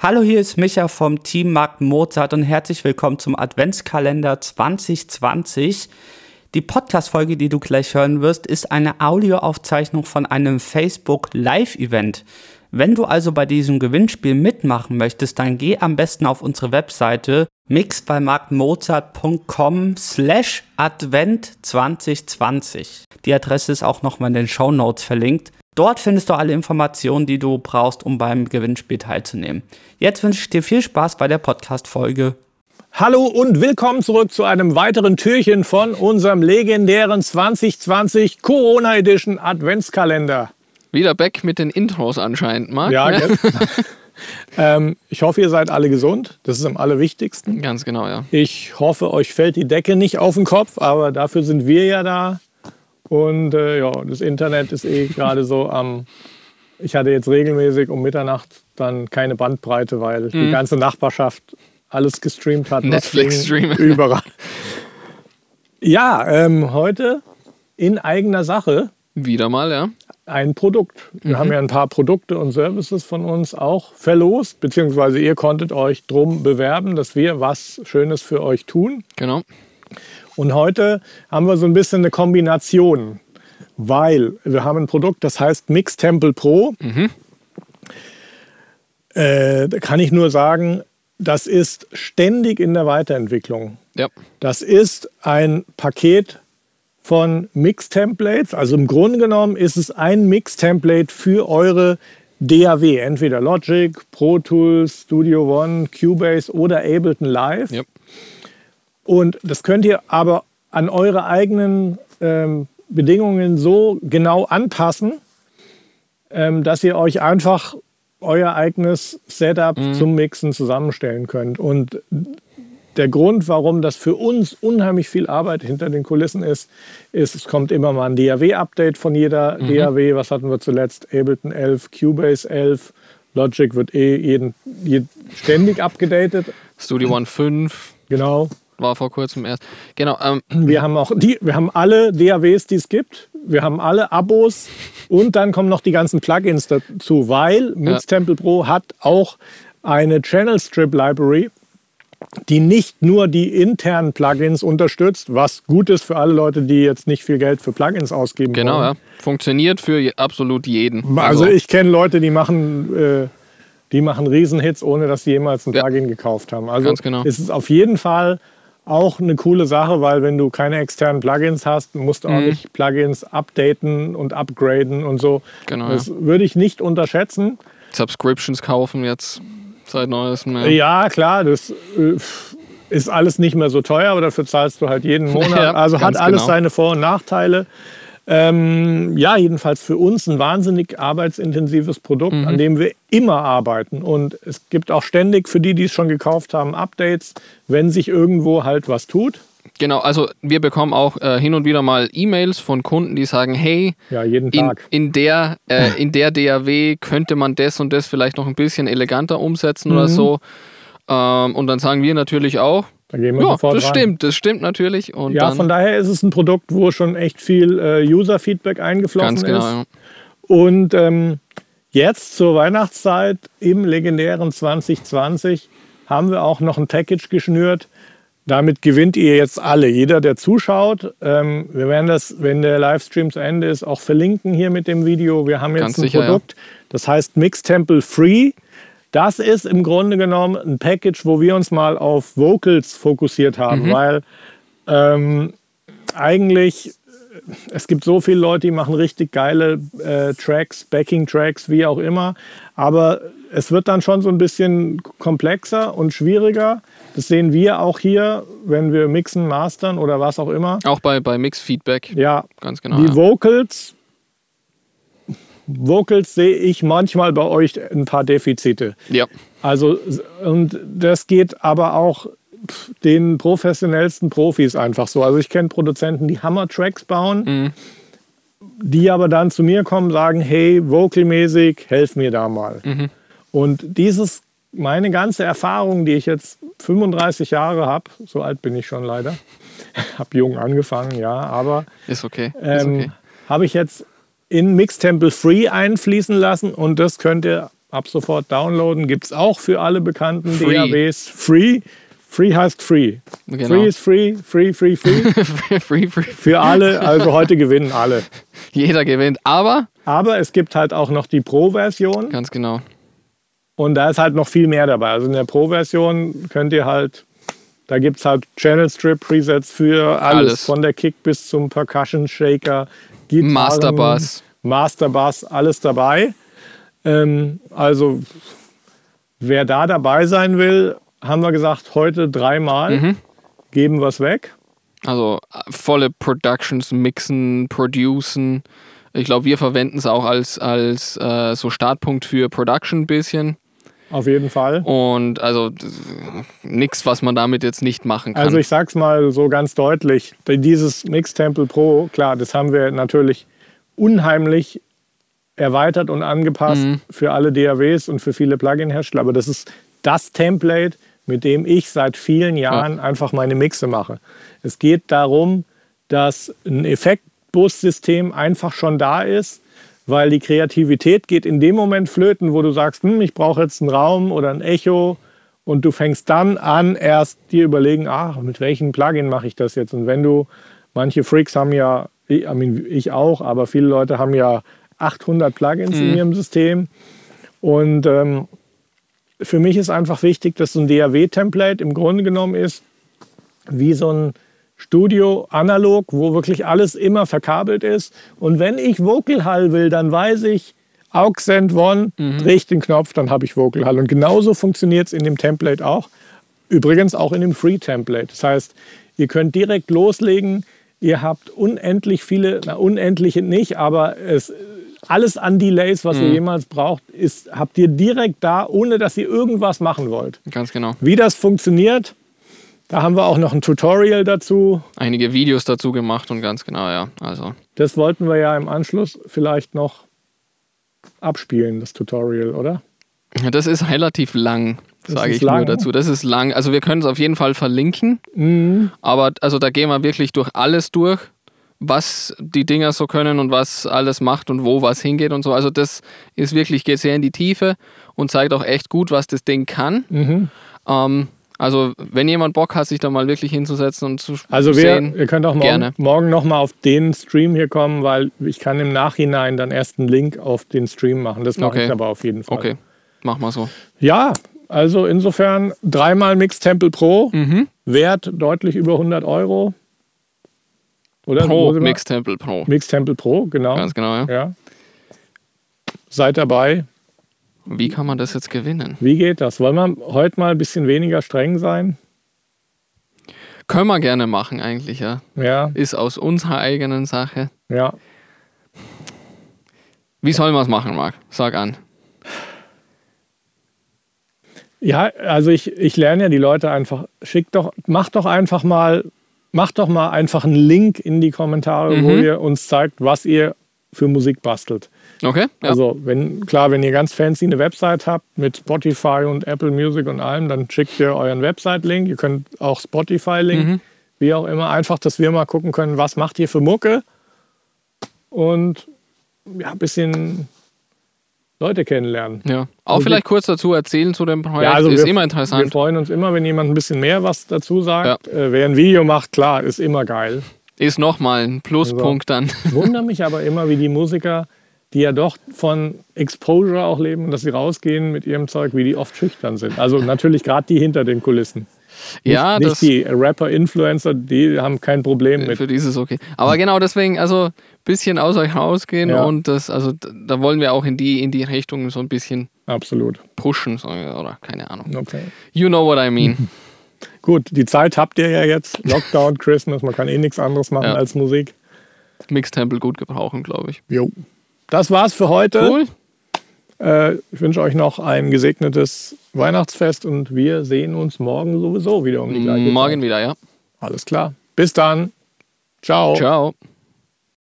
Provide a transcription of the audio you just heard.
Hallo, hier ist Micha vom Team Markt Mozart und herzlich willkommen zum Adventskalender 2020. Die Podcast-Folge, die du gleich hören wirst, ist eine Audioaufzeichnung von einem Facebook-Live-Event. Wenn du also bei diesem Gewinnspiel mitmachen möchtest, dann geh am besten auf unsere Webseite mixbymarktmozart.com/advent2020. Die Adresse ist auch nochmal in den Shownotes verlinkt. Dort findest du alle Informationen, die du brauchst, um beim Gewinnspiel teilzunehmen. Jetzt wünsche ich dir viel Spaß bei der Podcast-Folge. Hallo und willkommen zurück zu einem weiteren Türchen von unserem legendären 2020 Corona Edition Adventskalender. Wieder back mit den Intros anscheinend, Marc. Ja, ich hoffe, ihr seid alle gesund. Das ist am allerwichtigsten. Ganz genau, ja. Ich hoffe, euch fällt die Decke nicht auf den Kopf, aber dafür sind wir ja da. Und das Internet ist gerade so am... Ich hatte jetzt regelmäßig um Mitternacht dann keine Bandbreite, weil die ganze Nachbarschaft alles gestreamt hat. Netflix-Streaming. Überall. Ja, heute in eigener Sache. Wieder mal, ja. Ein Produkt. Wir haben ja ein paar Produkte und Services von uns auch verlost, beziehungsweise ihr konntet euch drum bewerben, dass wir was Schönes für euch tun. Genau. Und heute haben wir so ein bisschen eine Kombination, weil wir haben ein Produkt, das heißt Mixtemple Pro. Da kann ich nur sagen, das ist ständig in der Weiterentwicklung. Ja. Das ist ein Paket von Mix-Templates. Also im Grunde genommen ist es ein Mix-Template für eure DAW. Entweder Logic, Pro Tools, Studio One, Cubase oder Ableton Live. Ja. Und das könnt ihr aber an eure eigenen Bedingungen so genau anpassen, dass ihr euch einfach euer eigenes Setup zum Mixen zusammenstellen könnt. Und der Grund, warum das für uns unheimlich viel Arbeit hinter den Kulissen ist, es kommt immer mal ein DAW-Update von jeder DAW. Was hatten wir zuletzt? Ableton 11, Cubase 11. Logic wird ständig abgedatet. Studio One 5. Genau. War vor kurzem erst. Genau. Wir haben alle DAWs, die es gibt. Wir haben alle Abos und dann kommen noch die ganzen Plugins dazu, weil Mixtemple Pro hat auch eine Channel Strip Library, die nicht nur die internen Plugins unterstützt, was gut ist für alle Leute, die jetzt nicht viel Geld für Plugins ausgeben wollen. Genau, ja. Funktioniert für absolut jeden. Also ich kenne Leute, die machen Riesenhits, ohne dass sie jemals ein Plugin gekauft haben. Also ganz genau. ist es auf jeden Fall auch eine coole Sache, weil wenn du keine externen Plugins hast, musst du auch nicht Plugins updaten und upgraden und so. Genau, das würde ich nicht unterschätzen. Subscriptions kaufen jetzt seit Neuestem. Ja, klar, das ist alles nicht mehr so teuer, aber dafür zahlst du halt jeden Monat. Ja, also hat alles genau. seine Vor- und Nachteile. Jedenfalls für uns ein wahnsinnig arbeitsintensives Produkt, an dem wir immer arbeiten. Und es gibt auch ständig für die, die es schon gekauft haben, Updates, wenn sich irgendwo halt was tut. Genau, also wir bekommen auch hin und wieder mal E-Mails von Kunden, die sagen, hey, jeden Tag. In der DAW könnte man das und das vielleicht noch ein bisschen eleganter umsetzen oder so. Und dann sagen wir natürlich auch, da gehen wir sofort ran. Das stimmt natürlich. Und ja, dann, von daher ist es ein Produkt, wo schon echt viel User-Feedback eingeflossen ist. Ganz genau, ja. Und jetzt zur Weihnachtszeit im legendären 2020 haben wir auch noch ein Package geschnürt. Damit gewinnt ihr jetzt alle. Jeder, der zuschaut. Wir werden das, wenn der Livestream zu Ende ist, auch verlinken hier mit dem Video. Wir haben jetzt ein Produkt, das heißt Mixtemple Free. Das ist im Grunde genommen ein Package, wo wir uns mal auf Vocals fokussiert haben, weil eigentlich, es gibt so viele Leute, die machen richtig geile Tracks, Backing-Tracks, wie auch immer, aber es wird dann schon so ein bisschen komplexer und schwieriger. Das sehen wir auch hier, wenn wir mixen, mastern oder was auch immer. Auch bei Mix-Feedback. Ja, ganz genau. Die Vocals sehe ich manchmal bei euch ein paar Defizite. Ja. Also, und das geht aber auch den professionellsten Profis einfach so. Also ich kenne Produzenten, die Hammer-Tracks bauen, die aber dann zu mir kommen und sagen, hey, vocalmäßig, helf mir da mal. Und meine ganze Erfahrung, die ich jetzt 35 Jahre habe, so alt bin ich schon leider, habe jung angefangen, ja, aber ist okay. habe ich jetzt in Mixtemple Free einfließen lassen und das könnt ihr ab sofort downloaden. Gibt es auch für alle bekannten Free. DAWs. Free heißt free. Genau. Free ist free. free. Für alle, also heute gewinnen alle. Jeder gewinnt, aber es gibt halt auch noch die Pro-Version. ganz genau. Und da ist halt noch viel mehr dabei. Also in der Pro-Version könnt ihr halt, da gibt es halt Channel Strip Presets für alles. Von der Kick bis zum Percussion Shaker, Gitarren, Masterbass, alles dabei. Also wer da dabei sein will, haben wir gesagt, heute 3-mal geben wir es weg. Also volle Productions, mixen, producen. Ich glaube, wir verwenden es auch als so Startpunkt für Production ein bisschen. Auf jeden Fall. Und also nichts, was man damit jetzt nicht machen kann. Also ich sag's mal so ganz deutlich, dieses Mixtemple Pro, klar, das haben wir natürlich unheimlich erweitert und angepasst für alle DAWs und für viele Plugin-Hersteller. Aber das ist das Template, mit dem ich seit vielen Jahren einfach meine Mixe mache. Es geht darum, dass ein Effektbus-System einfach schon da ist, weil die Kreativität geht in dem Moment flöten, wo du sagst, ich brauche jetzt einen Raum oder ein Echo und du fängst dann an, erst dir überlegen, mit welchem Plugin mache ich das jetzt? Und wenn du, manche Freaks haben ja, ich auch, aber viele Leute haben ja 800 Plugins in ihrem System und für mich ist einfach wichtig, dass so ein DAW-Template im Grunde genommen ist wie so ein Studio analog, wo wirklich alles immer verkabelt ist. Und wenn ich Vocal Hall will, dann weiß ich, Aux Send One, drehe ich den Knopf, dann habe ich Vocal Hall. Und genauso funktioniert es in dem Template auch. Übrigens auch in dem Free-Template. Das heißt, ihr könnt direkt loslegen. Ihr habt unendlich viele, unendliche nicht, aber alles an Delays, was ihr jemals braucht, habt ihr direkt da, ohne dass ihr irgendwas machen wollt. Ganz genau. Wie das funktioniert, da haben wir auch noch ein Tutorial dazu. Einige Videos dazu gemacht und ganz genau, ja. Also. Das wollten wir ja im Anschluss vielleicht noch abspielen, das Tutorial, oder? Das ist relativ lang, sage ich nur dazu. Das ist lang. Also wir können es auf jeden Fall verlinken, aber also da gehen wir wirklich durch alles durch, was die Dinger so können und was alles macht und wo was hingeht und so. Also das ist wirklich, geht sehr in die Tiefe und zeigt auch echt gut, was das Ding kann. Also wenn jemand Bock hat, sich da mal wirklich hinzusetzen und zu sehen, ihr könnt auch morgen noch mal auf den Stream hier kommen, weil ich kann im Nachhinein dann erst einen Link auf den Stream machen. Das mache ich aber auf jeden Fall. Okay, mach mal so. Ja, also insofern 3-mal Mixtemple Pro, Wert deutlich über 100 €. Oder? Mixtemple Pro. Mixtemple Pro, genau. Ganz genau, ja. Seid dabei. Wie kann man das jetzt gewinnen? Wie geht das? Wollen wir heute mal ein bisschen weniger streng sein? Können wir gerne machen eigentlich, ja. Ist aus unserer eigenen Sache. Ja. Wie sollen wir es machen, Marc? Sag an. Ja, also ich lerne ja die Leute einfach, macht doch mal einfach einen Link in die Kommentare, wo ihr uns zeigt, was ihr für Musik bastelt. Okay. Ja. Also wenn ihr ganz fancy eine Website habt mit Spotify und Apple Music und allem, dann schickt ihr euren Website-Link. Ihr könnt auch Spotify-Link, wie auch immer, einfach, dass wir mal gucken können, was macht ihr für Mucke und ein bisschen Leute kennenlernen. Ja. Auch und vielleicht kurz dazu erzählen zu dem Projekt, also ist immer interessant. Wir freuen uns immer, wenn jemand ein bisschen mehr was dazu sagt. Ja. Wer ein Video macht, klar, ist immer geil. Ist nochmal ein Pluspunkt dann. Ich wundere mich aber immer, wie die Musiker, die ja doch von Exposure auch leben und dass sie rausgehen mit ihrem Zeug, wie die oft schüchtern sind. Also natürlich gerade die hinter den Kulissen. Nicht die Rapper-Influencer, die haben kein Problem mit. Für die ist es okay. Aber genau deswegen, also ein bisschen aus euch rausgehen und da wollen wir auch in die Richtung so ein bisschen pushen oder keine Ahnung. Okay. You know what I mean. Gut, die Zeit habt ihr ja jetzt. Lockdown, Christmas, man kann nichts anderes machen als Musik. Mixtemple gut gebrauchen, glaube ich. Jo. Das war's für heute. Cool. Ich wünsche euch noch ein gesegnetes Weihnachtsfest und wir sehen uns morgen sowieso wieder um die gleiche Zeit. Morgen wieder, ja. Alles klar. Bis dann. Ciao. Ciao.